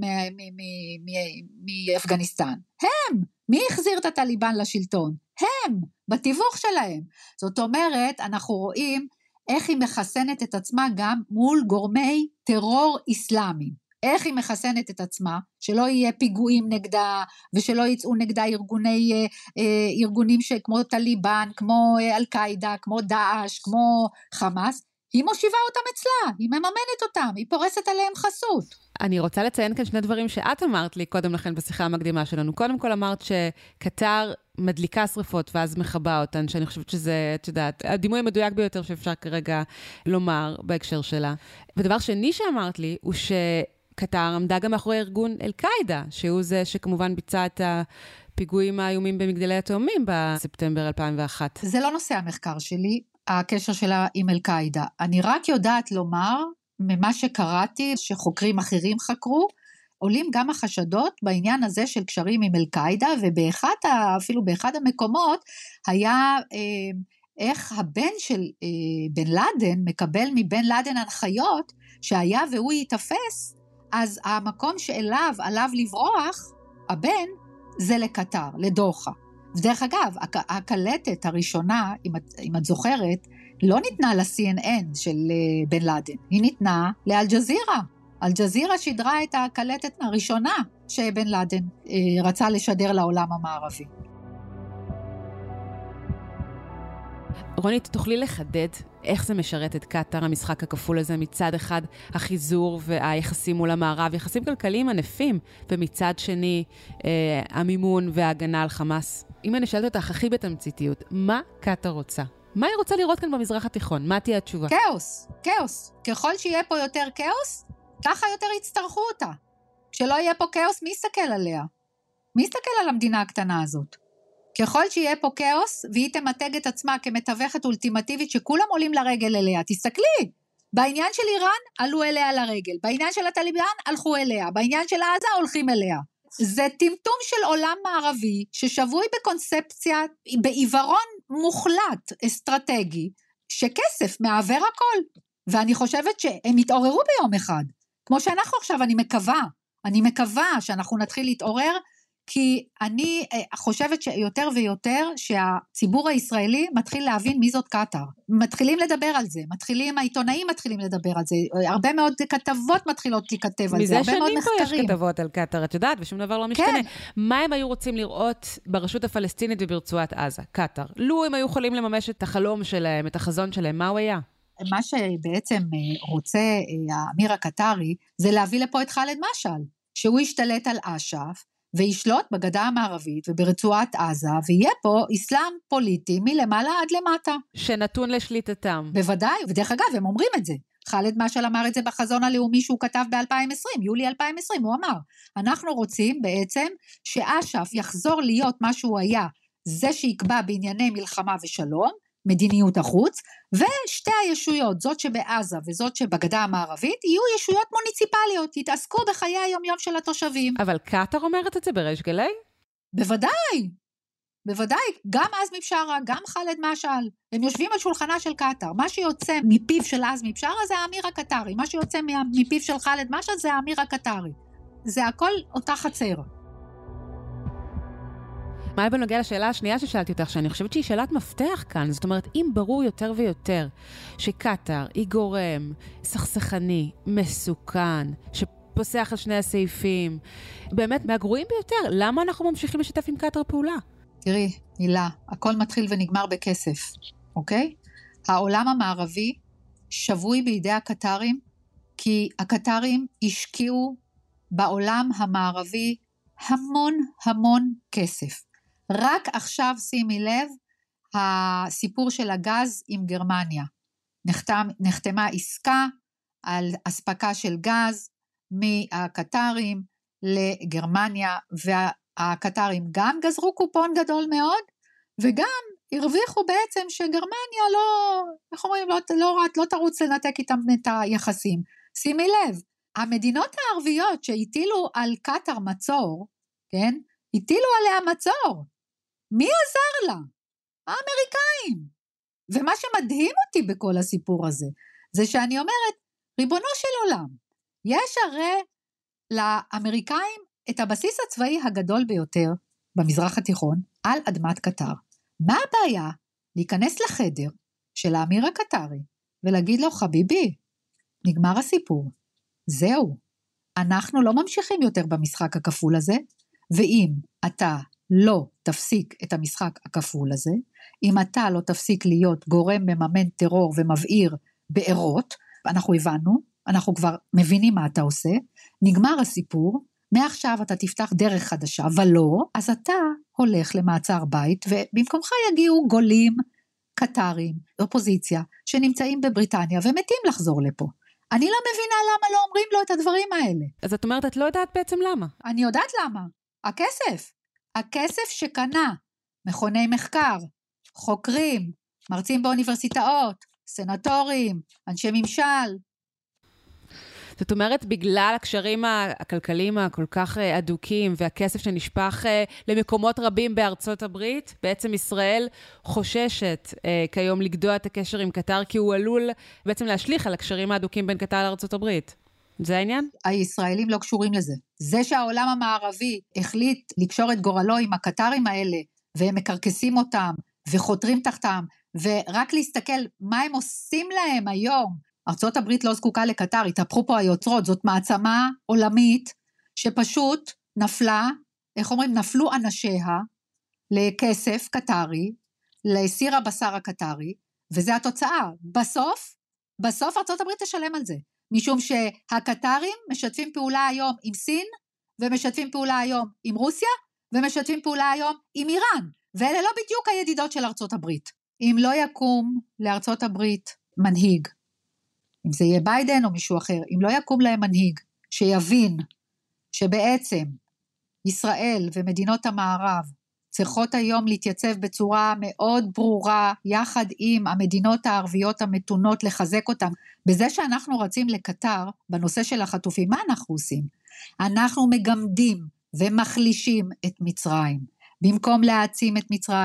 מאפגניסטן? הם. מי החזיר את הטליבן לשלטון? הם, בתיווך שלהם. זאת אומרת, אנחנו רואים איך היא מחסנת את עצמה גם מול גורמי טרור איסלאמיים. איך היא מחסנת את עצמה, שלא יהיה פיגועים נגדה, ושלא יצאו נגדה ארגוני, אה, ארגונים כמו טליבן, כמו אה, אל-קאידה, כמו דאעש, כמו חמאס, היא מושיבה אותם אצלה, היא מממנת אותם, היא פורסת עליהם חסות. אני רוצה לציין כאן שני דברים שאת אמרת לי קודם לכן בשיחה המקדימה שלנו. קודם כל אמרת שקטר מדליקה שריפות ואז מחבאה אותן, שאני חושבת שזה, את יודעת, הדימוי המדויק ביותר שאפשר כרגע לומר בהקשר שלה. ודבר שני שאמרת לי הוא ש... קטר עמדה גם מאחורי ארגון אל-קאידה, שהוא זה שכמובן ביצע את הפיגועים האיומים במגדלי התאומים בספטמבר אלפיים ואחת. זה לא נושא המחקר שלי, הקשר שלה עם אל-קאידה. אני רק יודעת לומר, ממה שקראתי, שחוקרים אחרים חקרו, עולים גם החשדות בעניין הזה של קשרים עם אל-קאידה, ובאחד, אפילו באחד המקומות, היה אה, איך הבן של אה, בן לאדן, מקבל מבן לאדן הנחיות, שהיה והוא יתפס, אז המקום שאליו, עליו לברוח, הבן, זה לקטר, לדוחה. ודרך אגב, הקלטת הראשונה, אם את, אם את זוכרת, לא ניתנה ל-סי אן אן של בן לאדן, היא ניתנה לאל-ג'זירה. אל-ג'זירה שידרה את הקלטת הראשונה שבן לאדן אה, רצה לשדר לעולם המערבי. רונית, תוכלי לחדד איך זה משרת את קטר, המשחק הכפול הזה, מצד אחד החיזור והיחסים מול המערב, יחסים כלכליים ענפים, ומצד שני אה, המימון וההגנה על חמאס. אם אני שואלת אותך הכי בתמציתיות, מה קטר רוצה? מה היא רוצה לראות כאן במזרח התיכון? מה תהיה התשובה? כאוס, כאוס. ככל שיהיה פה יותר כאוס, ככה יותר יצטרכו אותה. כשלא יהיה פה כאוס, מי יסתכל עליה? מי יסתכל על המדינה הקטנה הזאת? ככל שיהיה פה כאוס, והיא תמתג את עצמה כמתווכת אולטימטיבית שכולם עולים לרגל אליה, תסתכלי, בעניין של איראן עלו אליה לרגל, בעניין של הטליבן הלכו אליה, בעניין של עזה הולכים אליה. זה טמטום של עולם מערבי, ששבוי בקונספציה, בעיוורון מוחלט אסטרטגי, שכסף מעבר הכל, ואני חושבת שהם יתעוררו ביום אחד, כמו שאנחנו עכשיו, אני מקווה, אני מקווה שאנחנו נתחיל להתעורר, כי אני חושבת שיותר ויותר שהציבור הישראלי מתחיל להבין מי זאת קטר, מתחילים לדבר על זה, מתחילים, העיתונאים מתחילים לדבר על זה, הרבה מאוד כתבות מתחילות להיכתב על זה, הרבה מאוד מחקרים. מזה שנים פה יש כתבות על קטר, את יודעת, ושום דבר לא משתנה. כן. מה הם היו רוצים לראות ברשות הפלסטינית וברצועת עזה, קטר? לו הם היו יכולים לממש את החלום שלהם, את החזון שלהם, מה הוא היה? מה שבעצם רוצה האמיר הקטרי, זה להביא לפה את חאלד משעל, שהוא ישתלט על אש"ף, וישלוט בגדה המערבית וברצועת עזה, ויהיה פה אסלאם פוליטי מלמעלה עד למטה. שנתון לשליטתם. בוודאי, ודרך אגב, הם אומרים את זה. חאלד משעל אמר את זה בחזון הלאומי שהוא כתב ב-אלפיים ועשרים, יולי אלפיים ועשרים, הוא אמר, אנחנו רוצים בעצם שאש"ף יחזור להיות מה שהוא היה, זה שיקבע בענייני מלחמה ושלום, מדיניות החוץ, ושתי הישויות, זאת שבעזה וזאת שבגדה המערבית, יהיו ישויות מוניציפליות, יתעסקו בחיי היום יום של התושבים. אבל קטר אומרת את זה בריש גלי? בוודאי, בוודאי, גם עזמי בשארה, גם חאלד משעל, הם יושבים על שולחנה של קטר, מה שיוצא מפיו של עזמי בשארה זה האמיר הקטרי, מה שיוצא מפיו של חאלד משעל זה האמיר הקטרי, זה הכל אותה חצר. מה בנוגע לשאלה השנייה ששאלתי אותך, שאני חושבת שהיא שאלת מפתח כאן, זאת אומרת, אם ברור יותר ויותר שקטר היא גורם סכסכני, מסוכן, שפוסח על שני הסעיפים, באמת מהגרועים ביותר, למה אנחנו ממשיכים לשתף עם קטר פעולה? תראי, הילה, הכל מתחיל ונגמר בכסף, אוקיי? העולם המערבי שבוי בידי הקטרים, כי הקטרים השקיעו בעולם המערבי המון המון כסף. רק עכשיו שימי לב, הסיפור של הגז עם גרמניה. נחתם, נחתמה עסקה על אספקה של גז מהקטרים לגרמניה, והקטרים גם גזרו קופון גדול מאוד, וגם הרוויחו בעצם שגרמניה לא, איך אומרים, לא, לא, לא תרוץ לנתק איתם את היחסים. שימי לב, המדינות הערביות שהטילו על קטר מצור, כן? הטילו עליה מצור. מי עזר לה? האמריקאים. ומה שמדהים אותי בכל הסיפור הזה, זה שאני אומרת, ריבונו של עולם, יש הרי לאמריקאים את הבסיס הצבאי הגדול ביותר במזרח התיכון על אדמת קטר. מה הבעיה להיכנס לחדר של האמיר הקטרי ולהגיד לו, חביבי, נגמר הסיפור, זהו, אנחנו לא ממשיכים יותר במשחק הכפול הזה, ואם אתה לא תפסיק את המשחק הכפול הזה, אם אתה לא תפסיק להיות גורם מממן טרור ומבעיר בעירות, אנחנו הבנו, אנחנו כבר מבינים מה אתה עושה, נגמר הסיפור, מעכשיו אתה תפתח דרך חדשה, אבל לא, אז אתה הולך למעצר בית, ובמקומך יגיעו גולים, קטרים, אופוזיציה, שנמצאים בבריטניה, ומתים לחזור לפה. אני לא מבינה למה לא אומרים לו את הדברים האלה. אז את אומרת, את לא יודעת בעצם למה. אני יודעת למה. הכסף. הכסף שקנה מכוני מחקר, חוקרים, מרצים באוניברסיטאות, סנטורים, אנשי ממשל. זאת אומרת, בגלל הקשרים הכלכליים הכל כך אדוקים, והכסף שנשפך למקומות רבים בארצות הברית, בעצם ישראל חוששת כיום לגדוע את הקשר עם קטר, כי הוא עלול בעצם להשליך על הקשרים האדוקים בין קטר לארצות הברית. זה העניין? הישראלים לא קשורים לזה. זה שהעולם המערבי החליט לקשור את גורלו עם הקטרים האלה, והם מקרקסים אותם, וחותרים תחתם, ורק להסתכל מה הם עושים להם היום, ארצות הברית לא זקוקה לקטר, התהפכו פה היוצרות, זאת מעצמה עולמית, שפשוט נפלה, איך אומרים, נפלו אנשיה, לכסף קטרי, לסיר הבשר הקטרי, וזה התוצאה. בסוף, בסוף ארצות הברית תשלם על זה, משום שהקטרים משתפים פעולה היום עם סין, ומשתפים פעולה היום עם רוסיה, ומשתפים פעולה היום עם איראן, ואלה לא בדיוק הידידות של ארצות הברית. אם לא יקום לארצות הברית מנהיג, אם זה יהיה ביידן או מישהו אחר, אם לא יקום להם מנהיג שיבין שבעצם ישראל ומדינות המערב צריכות היום להתייצב בצורה מאוד ברורה, יחד עם המדינות הערביות המתונות, לחזק אותם, בזה שאנחנו רצים לקטר, בנושא של החטופים, מה אנחנו עושים? אנחנו מגמדים ומחלישים את מצרים, במקום להעצים את מצרים,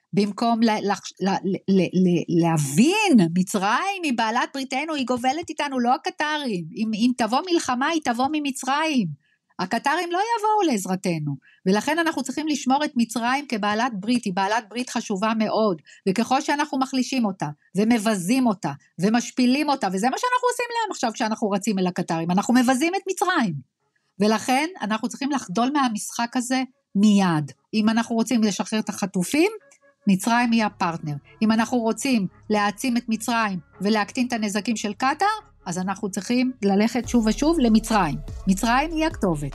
במקום ל- ל- ל- ל- ל- להבין, מצרים היא בעלת בריתנו, היא גובלת איתנו, לא הקטרים, אם, אם תבוא מלחמה היא תבוא ממצרים, הקטרים לא יבואו לעזרתנו, ולכן אנחנו צריכים לשמור את מצרים כבעלת ברית, היא בעלת ברית חשובה מאוד, וככל שאנחנו מחלישים אותה, ומבזים אותה, ומשפילים אותה, וזה מה שאנחנו עושים להם עכשיו כשאנחנו רצים אל הקטרים, אנחנו מבזים את מצרים, ולכן אנחנו צריכים לחדול מהמשחק הזה מיד, אם אנחנו רוצים לשחרר את החטופים, מצרים היא הפרטנר, אם אנחנו רוצים להעצים את מצרים, ולהקטין את הנזקים של קטר, אז אנחנו צריכים ללכת שוב ושוב למצרים. מצרים היא הכתובת.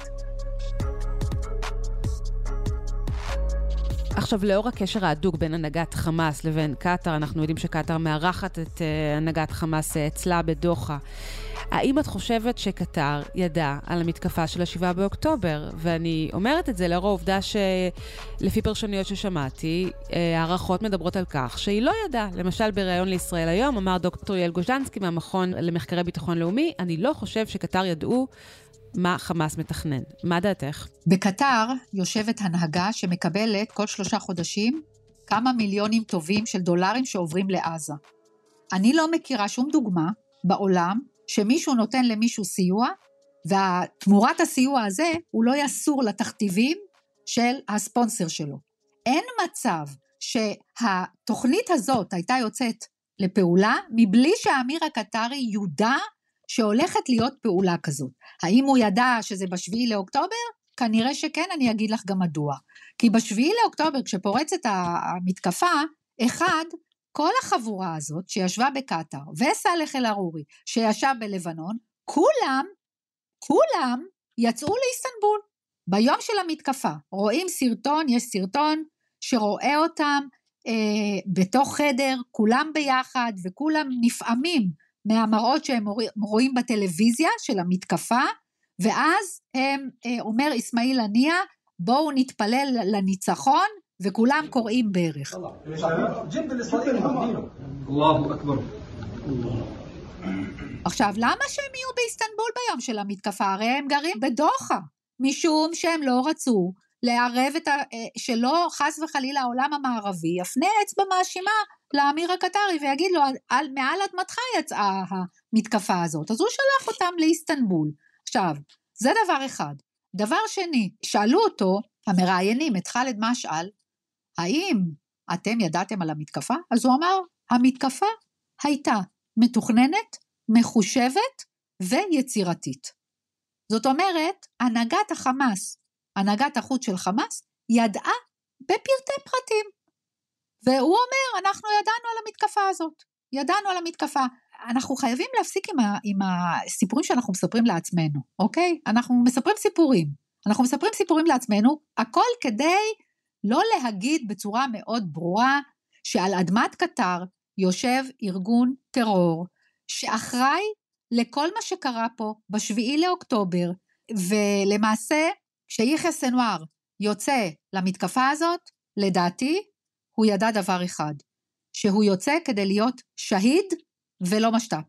עכשיו, לאור הקשר ההדוק בין הנהגת חמאס לבין קטר, אנחנו יודעים שקטר מארחת את uh, הנהגת חמאס אצלה בדוחה. האם את חושבת שקטר ידע על המתקפה של השבעה באוקטובר? ואני אומרת את זה לאור העובדה שלפי פרשנויות ששמעתי, הערכות מדברות על כך שהיא לא ידעה. למשל, בראיון לישראל היום, אמר דוקטור יעל גוז'נסקי מהמכון למחקרי ביטחון לאומי, אני לא חושב שקטר ידעו מה חמאס מתכנן. מה דעתך? בקטר יושבת הנהגה שמקבלת כל שלושה חודשים כמה מיליונים טובים של דולרים שעוברים לעזה. אני לא מכירה שום דוגמה בעולם שמישהו נותן למישהו סיוע, ותמורת הסיוע הזה הוא לא יסור לתכתיבים של הספונסר שלו. אין מצב שהתוכנית הזאת הייתה יוצאת לפעולה, מבלי שהאמיר הקטרי ידע שהולכת להיות פעולה כזאת. האם הוא ידע שזה בשביעי לאוקטובר? כנראה שכן, אני אגיד לך גם מדוע. כי בשביעי לאוקטובר, כשפורצת המתקפה, אחד, כל החבורה הזאת שישבה בקטר, וסלח אל-ערורי שישב בלבנון, כולם, כולם יצאו לאיסטנבול, ביום של המתקפה. רואים סרטון, יש סרטון שרואה אותם אה, בתוך חדר, כולם ביחד, וכולם נפעמים מהמראות שהם רואים בטלוויזיה של המתקפה, ואז הם, אה, אומר איסמעיל הנייה, בואו נתפלל לניצחון, וכולם קוראים ברך. עכשיו, למה שהם יהיו באיסטנבול ביום של המתקפה? הרי הם גרים בדוחה, משום שהם לא רצו לערב את ה... שלא חס וחלילה העולם המערבי, יפנה אצבע מאשימה לאמיר הקטרי, ויגיד לו, על, מעל אדמתך יצאה המתקפה הזאת, אז הוא שלח אותם לאיסטנבול. עכשיו, זה דבר אחד. דבר שני, שאלו אותו, המראיינים, את חאלד משעל, האם אתם ידעתם על המתקפה? אז הוא אמר, המתקפה הייתה מתוכננת, מחושבת ויצירתית. זאת אומרת, הנהגת החמאס, הנהגת החוץ של חמאס, ידעה בפרטי פרטים. והוא אומר, אנחנו ידענו על המתקפה הזאת, ידענו על המתקפה. אנחנו חייבים להפסיק עם, ה, עם הסיפורים שאנחנו מספרים לעצמנו, אוקיי? אנחנו מספרים סיפורים, אנחנו מספרים סיפורים לעצמנו, הכל כדי לא להגיד בצורה מאוד ברורה, שעל אדמת קטר יושב ארגון טרור, שאחראי לכל מה שקרה פה בשביעי לאוקטובר, ולמעשה כשיחיא סנואר יוצא למתקפה הזאת, לדעתי הוא ידע דבר אחד, שהוא יוצא כדי להיות שהיד ולא משת"פ.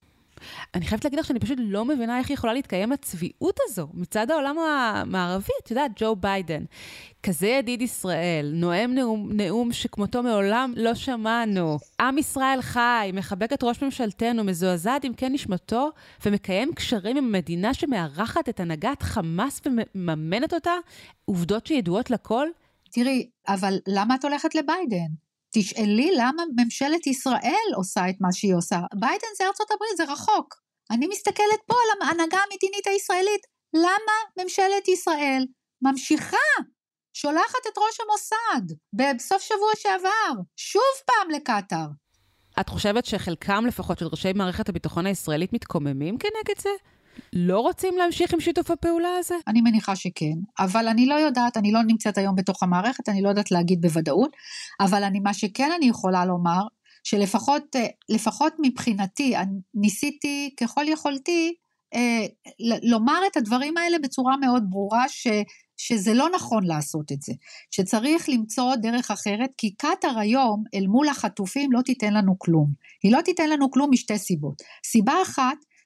אני חייבת להגיד לך שאני פשוט לא מבינה איך יכולה להתקיים הצביעות הזו, מצד העולם המערבי, את יודעת, ג'ו ביידן, כזה ידיד ישראל, נואם נאום, נאום שכמותו מעולם לא שמענו, עם ישראל חי, מחבק את ראש ממשלתנו, מזועזעת עם כן נשמתו, ומקיים קשרים עם מדינה שמארחת את הנהגת חמאס ומממנת אותה, עובדות שידועות לכל. תראי, אבל למה את הולכת לביידן? תשאלי למה ממשלת ישראל עושה את מה שהיא עושה. ביידן זה ארצות הברית, זה רחוק. אני מסתכלת פה על ההנהגה המדינית הישראלית. למה ממשלת ישראל ממשיכה, שולחת את ראש המוסד בסוף שבוע שעבר, שוב פעם לקטר? את חושבת שחלקם לפחות של ראשי מערכת הביטחון הישראלית מתקוממים כנגד זה? לא רוצים להמשיך עם שיתוף הפעולה הזה? אני מניחה שכן, אבל אני לא יודעת, אני לא נמצאת היום בתוך המערכת, אני לא יודעת להגיד בוודאות, אבל אני, מה שכן אני יכולה לומר, שלפחות לפחות מבחינתי, ניסיתי ככל יכולתי, אה, לומר את הדברים האלה בצורה מאוד ברורה, ש, שזה לא נכון לעשות את זה, שצריך למצוא דרך אחרת, כי קטר היום אל מול החטופים לא תיתן לנו כלום, היא לא תיתן לנו כלום משתי סיבות, סיבה אחת,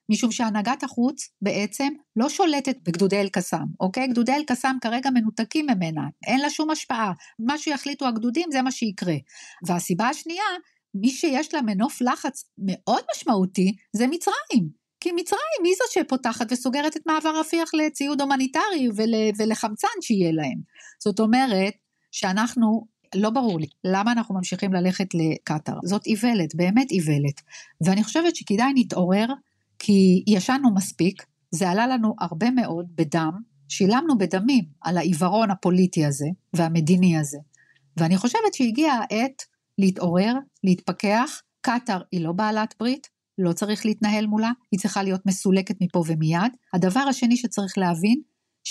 משום שהנהגת החוץ בעצם לא שולטת בגדודי אל-קסאם, אוקיי? גדודי אל-קסאם כרגע מנותקים ממנה, אין לה שום השפעה, מה שיחליטו הגדודים זה מה שיקרה. והסיבה השנייה, מי שיש לה מנוף לחץ מאוד משמעותי, זה מצרים, כי מצרים היא זאת שפותחת וסוגרת את מעבר רפיח לציוד הומניטרי ול, ולחמצן שיהיה להם. זאת אומרת שאנחנו, לא ברור לי, למה אנחנו ממשיכים ללכת לקטר? זאת איוולת, באמת איוולת. ואני חושבת שכדאי נתעורר, כי ישנו מספיק, זה עלה לנו הרבה מאוד בדם, שילמנו בדמים על העיוורון הפוליטי הזה והמדיני הזה. ואני חושבת שהגיעה העת להתעורר, להתפכח, קטר היא לא בעלת ברית, לא צריך להתנהל מולה, היא צריכה להיות מסולקת מפה ומיד. הדבר השני שצריך להבין,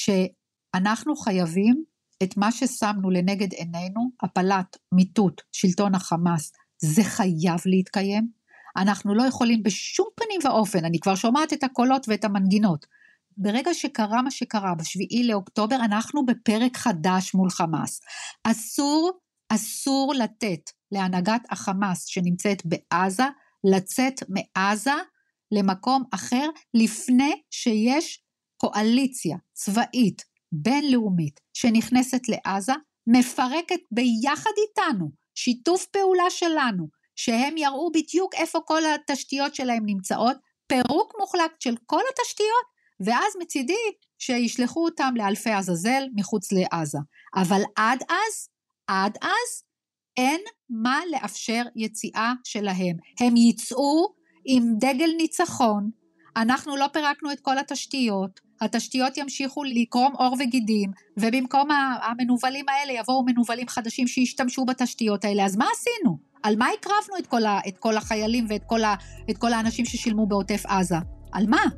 שאנחנו חייבים את מה ששמנו לנגד עינינו, הפלת, מיטוט, שלטון החמאס, זה חייב להתקיים. אנחנו לא יכולים בשום פנים ואופן, אני כבר שומעת את הקולות ואת המנגינות. ברגע שקרה מה שקרה, בשביעי לאוקטובר, אנחנו בפרק חדש מול חמאס. אסור, אסור לתת להנהגת החמאס שנמצאת בעזה, לצאת מעזה למקום אחר, לפני שיש קואליציה צבאית, בינלאומית, שנכנסת לעזה, מפרקת ביחד איתנו, שיתוף פעולה שלנו, שהם יראו בדיוק איפה כל התשתיות שלהם נמצאות, פירוק מוחלט של כל התשתיות, ואז מצידי שישלחו אותם לאלפי עזאזל מחוץ לעזה. אבל עד אז, עד אז, אין מה לאפשר יציאה שלהם. הם יצאו עם דגל ניצחון, אנחנו לא פירקנו את כל התשתיות, התשתיות ימשיכו לקרום עור וגידים, ובמקום המנובלים האלה יבואו מנובלים חדשים שישתמשו בתשתיות האלה. אז מה עשינו? על מה הקרבנו את כל, ה, את כל החיילים ואת כל, ה, את כל האנשים ששילמו בעוטף עזה? על מה?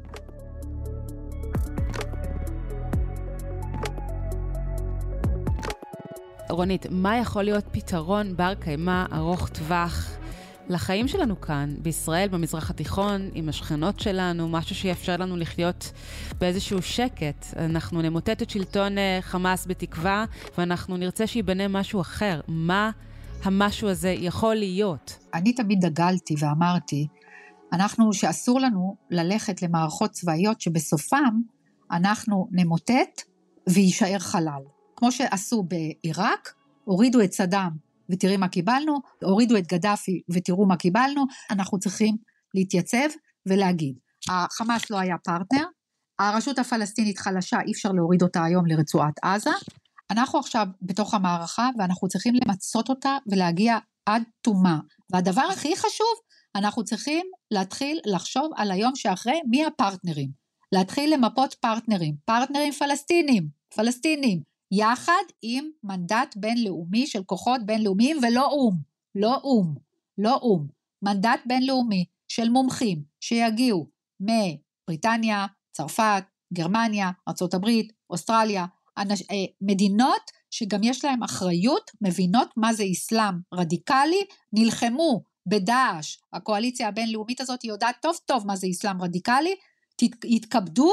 רונית, מה יכול להיות פתרון בר קיימא ארוך טווח לחיים שלנו כאן, בישראל, במזרח התיכון, עם השכנות שלנו, משהו שיאפשר לנו לחיות באיזשהו שקט? אנחנו נמוטט את שלטון חמאס בתקווה, ואנחנו נרצה שיבנה משהו אחר. מה המשהו הזה יכול להיות? אני תמיד דגלתי ואמרתי, אנחנו שאסור לנו ללכת למערכות צבאיות שבסופם אנחנו נמוטט ויישאר חלל. כמו שעשו בעיראק, הורידו את סדאם ותראי מה קיבלנו, הורידו את גדאפי ותראו מה קיבלנו. אנחנו צריכים להתייצב ולהגיד, החמאס לא היה פרטנר, הרשות הפלסטינית חלשה, אי אפשר להוריד אותה היום לרצועת עזה, אנחנו עכשיו בתוך המערכה, ואנחנו צריכים למצות אותה ולהגיע עד תומה. והדבר הכי חשוב, אנחנו צריכים להתחיל לחשוב על היום שאחרי מי הפרטנרים, להתחיל למפות פרטנרים, פרטנרים פלסטינים, פלסטינים, יחד עם מנדט בינלאומי של כוחות בינלאומיים, ולא אום, לא אום, לא אום, מנדט בינלאומי של מומחים שיגיעו מבריטניה, צרפת, גרמניה, ארצות הברית, אוסטרליה, אנש, אה, מדינות שגם יש להם אחריות, מבינות מה זה אסלאם רדיקלי, נלחמו בדאעש, הקואליציה הבינלאומית הזאת יודעת טוב טוב מה זה אסלאם רדיקלי, תת, יתכבדו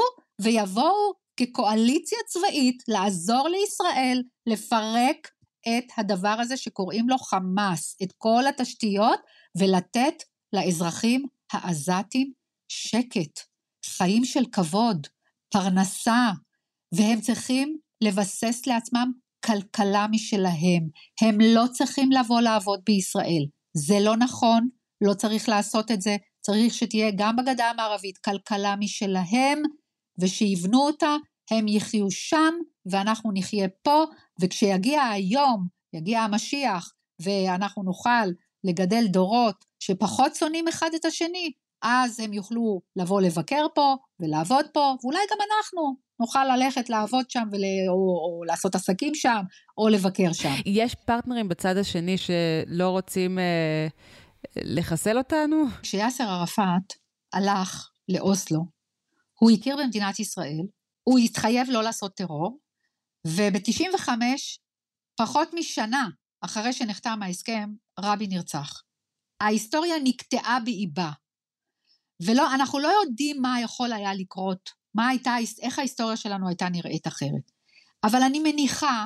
ויבואו כקואליציה צבאית לעזור לישראל לפרק את הדבר הזה שקוראים לו חמאס, את כל התשתיות, ולתת לאזרחים העזתים שקט, חיים של כבוד, פרנסה, והם צריכים לבסס לעצמם כלכלה משלהם. הם לא צריכים לבוא לעבוד בישראל, זה לא נכון, לא צריך לעשות את זה, צריך שתהיה גם בגדה המערבית כלכלה משלהם, ושיבנו אותה, הם יחיו שם, ואנחנו נחיה פה, וכשיגיע היום, יגיע המשיח, ואנחנו נוכל לגדל דורות, שפחות שונאים אחד את השני, אז הם יוכלו לבוא לבקר פה, ולעבוד פה, ואולי גם אנחנו נוכל ללכת לעבוד שם, ול... או, או לעשות עסקים שם, או לבקר שם. יש פרטנרים בצד השני, שלא רוצים אה, לחסל אותנו? כשיאסר ערפאת הלך לאוסלו, הוא הכיר במדינת ישראל, הוא התחייב לא לעשות טרור, וב-תשעים וחמש, פחות משנה אחרי שנחתם ההסכם, רבין נרצח. ההיסטוריה נקטעה באיבה, ואנחנו לא יודעים מה יכול היה לקרות, מה הייתה, איך ההיסטוריה שלנו הייתה נראית אחרת. אבל אני מניחה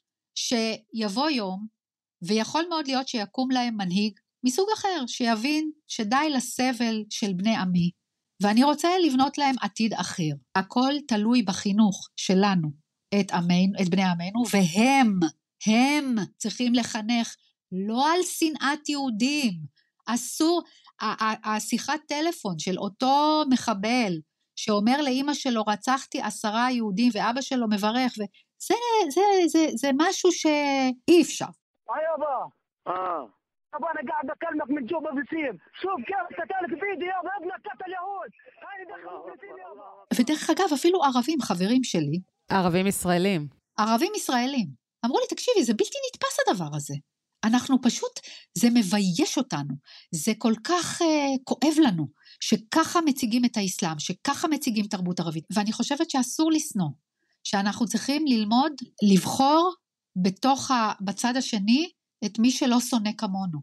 שיבוא יום, ויכול מאוד להיות שיקום להם מנהיג מסוג אחר, שיבין שדי לסבל של בני עמי, ואני רוצה לבנות להם עתיד אחר. הכל תלוי בחינוך שלנו, את עמנו, את בני עמנו, והם, הם צריכים לחנך לא על שנאת יהודים. אסור, השיחת טלפון של אותו מחבל, שאומר לאמא שלו, רצחתי עשרה יהודים, ואבא שלו מברך, וזה זה, זה, זה משהו שאי אפשר. היי אבא. אה. أبا أنا قاعد أكلمك من جوبا بسيم شوف كيف قتلك فيديو يابا ابنك قتل يهود هاي دخلوا بسيم يابا. ודרך אגב אפילו ערבים חברים שלי, ערבים ישראלים ערבים ישראלים אמרו לי תקשיבי זה בלתי נתפס הדבר הזה, אנחנו פשוט זה מבייש אותנו, זה כל כך uh, כואב לנו שככה מציגים את האסלאם, שככה מציגים תרבות ערבית, ואני חושבת שאסור לסנוע, שאנחנו צריכים ללמוד לבחור בתוך ה, בצד השני את מי שלא שונא כמונו.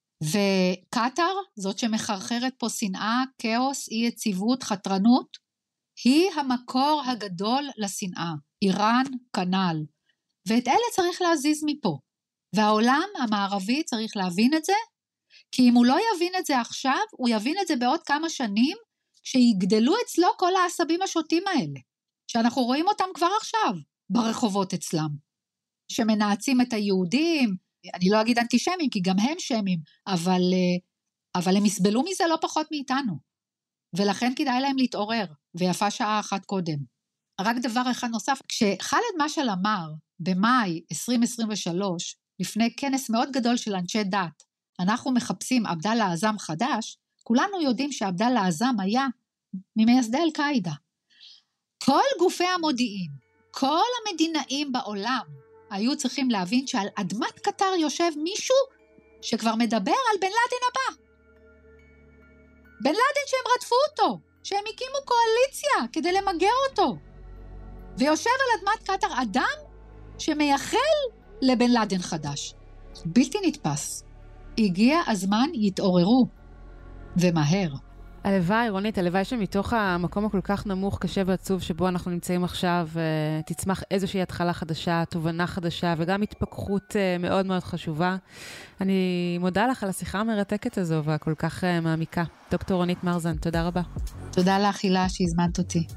וקטר, זאת שמחרחרת פה שנאה, כאוס, אי יציבות, חתרנות, היא המקור הגדול לשנאה. איראן, כנ"ל. ואת אלה צריך להזיז מפה. והעולם המערבי צריך להבין את זה, כי אם הוא לא יבין את זה עכשיו, הוא יבין את זה בעוד כמה שנים, כשיגדלו אצלו כל העשבים השוטים האלה, שאנחנו רואים אותם כבר עכשיו, ברחובות אצלם, שמנעצים את היהודים, אני לא אגיד אנטישמים, כי גם הם שמים, אבל, אבל הם יסבלו מזה לא פחות מאיתנו, ולכן כדאי להם להתעורר, ויפה שעה אחת קודם. רק דבר אחד נוסף, כשח'אלד משעל אמר, במאי עשרים עשרים ושלוש, לפני כנס מאוד גדול של אנשי דת, אנחנו מחפשים עבדאללה עזאם חדש, כולנו יודעים שעבדאללה עזאם היה ממייסדי אל-קאעידה. כל גופי המודיעין, כל המדינאים בעולם, היו צריכים להבין שעל אדמת קטר יושב מישהו שכבר מדבר על בן לאדן הבא. בן לאדן שהם רדפו אותו, שהם הקימו קואליציה כדי למגר אותו. ויושב על אדמת קטר אדם שמייחל לבן לאדן חדש. בלתי נתפס. הגיע הזמן, יתעוררו. ומהר. הלוואי, רונית, הלוואי שמתוך המקום הכל כך נמוך, קשה ועצוב שבו אנחנו נמצאים עכשיו, תצמח איזושהי התחלה חדשה, תובנה חדשה, וגם התפכחות מאוד מאוד חשובה. אני מודה לך על השיחה המרתקת הזו, והכל כך מעמיקה. דוקטור רונית מרזן, תודה רבה. תודה לך, הילה, שהזמנת אותי.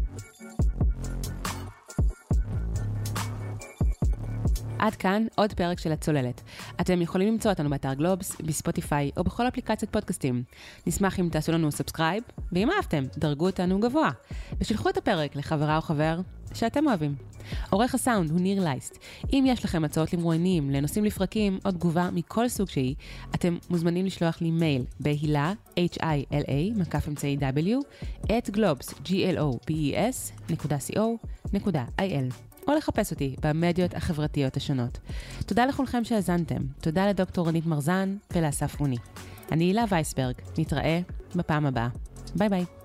עד כאן עוד פרק של הצוללת. אתם יכולים למצוא אותנו באתר גלובס, בספוטיפיי או בכל אפליקציית פודקאסטים. נשמח אם תעשו לנו סאבסקרייב, ואם אהבתם, דרגו אותנו גבוה. ושלחו את הפרק לחברה או חבר שאתם אוהבים. עורך הסאונד הוא ניר לייסט. אם יש לכם הצעות למרואיינים, לנושאים לפרקים או תגובה מכל סוג שהיא, אתם מוזמנים לשלוח לי מייל בהילה, H-I-L-A, מקף אמצעי W, at globes, G-L-O-B-E-S, נקודה C-O, נקודה I-L. או לחפש אותי במדיות החברתיות השונות. תודה לכולכם שהאזנתם. תודה לדוקטור רונית מרזן ולאסף רוני. אני הילה וייסברג. נתראה בפעם הבאה. ביי ביי.